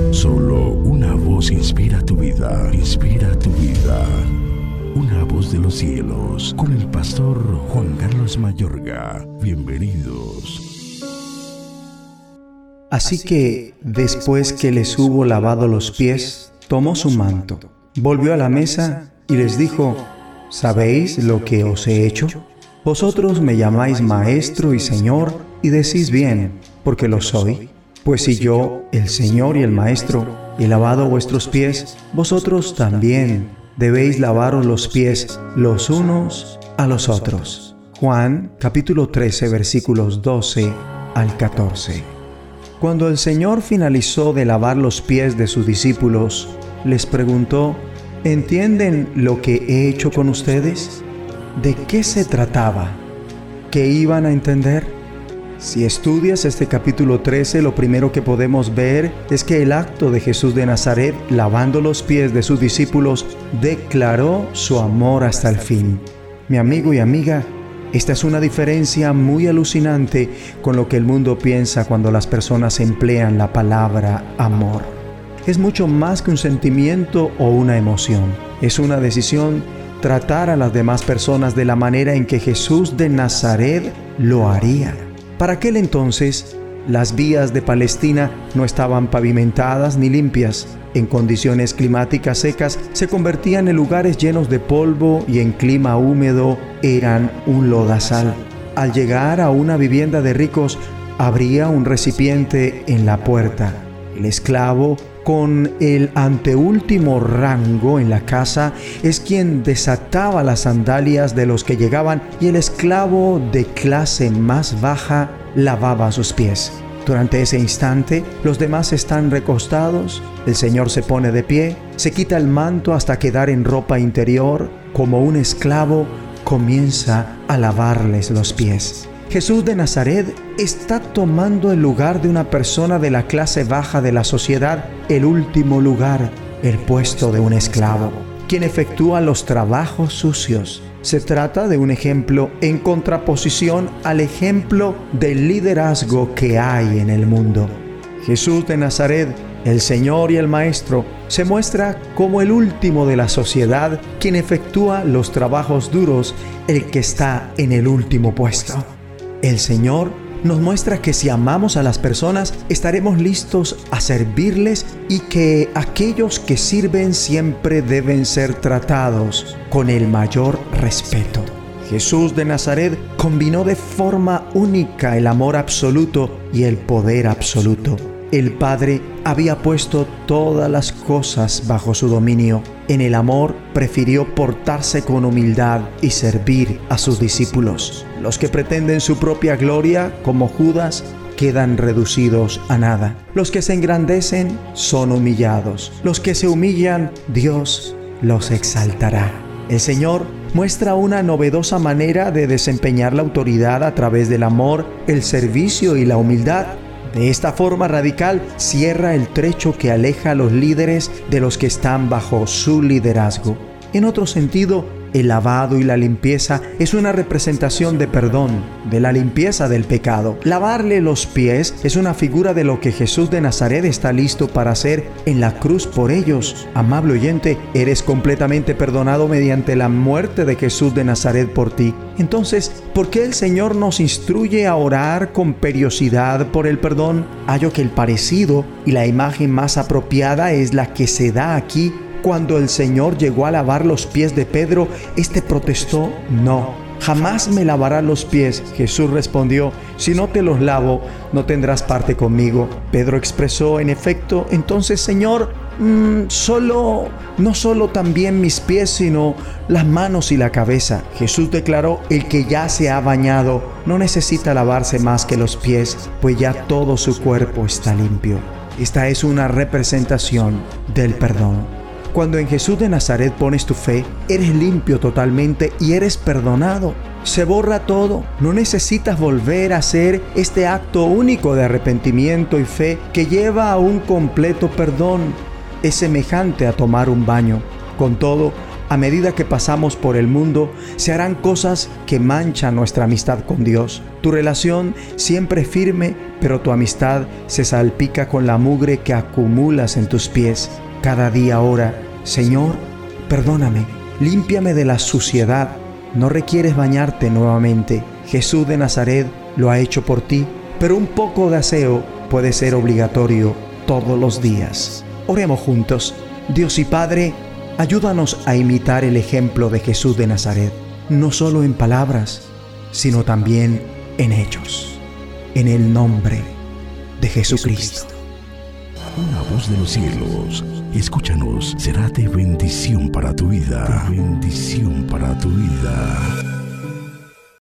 Solo una voz inspira tu vida, inspira tu vida. Una voz de los cielos, con el pastor Juan Carlos Mayorga. Bienvenidos. Así que, después que les hubo lavado los pies, tomó su manto, volvió a la mesa y les dijo: ¿Sabéis lo que os he hecho? Vosotros me llamáis Maestro y Señor, y decís bien, porque lo soy. Pues si yo, el Señor y el Maestro, he lavado vuestros pies, vosotros también debéis lavaros los pies los unos a los otros. Juan, capítulo 13, versículos 12 al 14. Cuando el Señor finalizó de lavar los pies de sus discípulos, les preguntó: ¿entienden lo que he hecho con ustedes? ¿De qué se trataba? ¿Qué iban a entender? Si estudias este capítulo 13, lo primero que podemos ver es que el acto de Jesús de Nazaret, lavando los pies de sus discípulos, declaró su amor hasta el fin. Mi amigo y amiga, esta es una diferencia muy alucinante con lo que el mundo piensa cuando las personas emplean la palabra amor. Es mucho más que un sentimiento o una emoción. Es una decisión tratar a las demás personas de la manera en que Jesús de Nazaret lo haría. Para aquel entonces, las vías de Palestina no estaban pavimentadas ni limpias. En condiciones climáticas secas, se convertían en lugares llenos de polvo y en clima húmedo eran un lodazal. Al llegar a una vivienda de ricos, habría un recipiente en la puerta. El esclavo, con el anteúltimo rango en la casa, es quien desataba las sandalias de los que llegaban, y el esclavo de clase más baja lavaba sus pies. Durante ese instante, los demás están recostados, el Señor se pone de pie, se quita el manto hasta quedar en ropa interior, como un esclavo comienza a lavarles los pies. Jesús de Nazaret está tomando el lugar de una persona de la clase baja de la sociedad, el último lugar, el puesto de un esclavo, quien efectúa los trabajos sucios. Se trata de un ejemplo en contraposición al ejemplo del liderazgo que hay en el mundo. Jesús de Nazaret, el Señor y el Maestro, se muestra como el último de la sociedad, quien efectúa los trabajos duros, el que está en el último puesto. El Señor nos muestra que si amamos a las personas, estaremos listos a servirles, y que aquellos que sirven siempre deben ser tratados con el mayor respeto. Jesús de Nazaret combinó de forma única el amor absoluto y el poder absoluto. El Padre había puesto todas las cosas bajo su dominio. En el amor prefirió portarse con humildad y servir a sus discípulos. Los que pretenden su propia gloria, como Judas, quedan reducidos a nada. Los que se engrandecen son humillados. Los que se humillan, Dios los exaltará. El Señor muestra una novedosa manera de desempeñar la autoridad a través del amor, el servicio y la humildad. De esta forma radical cierra el trecho que aleja a los líderes de los que están bajo su liderazgo. En otro sentido, el lavado y la limpieza es una representación de perdón, de la limpieza del pecado. Lavarle los pies es una figura de lo que Jesús de Nazaret está listo para hacer en la cruz por ellos. Amable oyente, eres completamente perdonado mediante la muerte de Jesús de Nazaret por ti. Entonces, ¿por qué el Señor nos instruye a orar con periodicidad por el perdón? Hallo que el parecido y la imagen más apropiada es la que se da aquí. Cuando el Señor llegó a lavar los pies de Pedro, este protestó: no, jamás me lavarás los pies. Jesús respondió: si no te los lavo, no tendrás parte conmigo. Pedro expresó: en efecto, entonces, Señor, no solo también mis pies, sino las manos y la cabeza. Jesús declaró: el que ya se ha bañado no necesita lavarse más que los pies, pues ya todo su cuerpo está limpio. Esta es una representación del perdón. Cuando en Jesús de Nazaret pones tu fe, eres limpio totalmente y eres perdonado. Se borra todo. No necesitas volver a hacer este acto único de arrepentimiento y fe que lleva a un completo perdón. Es semejante a tomar un baño. Con todo, A medida que pasamos por el mundo, se harán cosas que manchan nuestra amistad con Dios. Tu relación siempre es firme, pero tu amistad se salpica con la mugre que acumulas en tus pies. Cada día ora: Señor, perdóname, límpiame de la suciedad. No requieres bañarte nuevamente. Jesús de Nazaret lo ha hecho por ti, pero un poco de aseo puede ser obligatorio todos los días. Oremos juntos. Dios y Padre, ayúdanos a imitar el ejemplo de Jesús de Nazaret, no solo en palabras, sino también en hechos. En el nombre de Jesucristo. Una voz de los cielos, escúchanos, será de bendición para tu vida. De bendición para tu vida.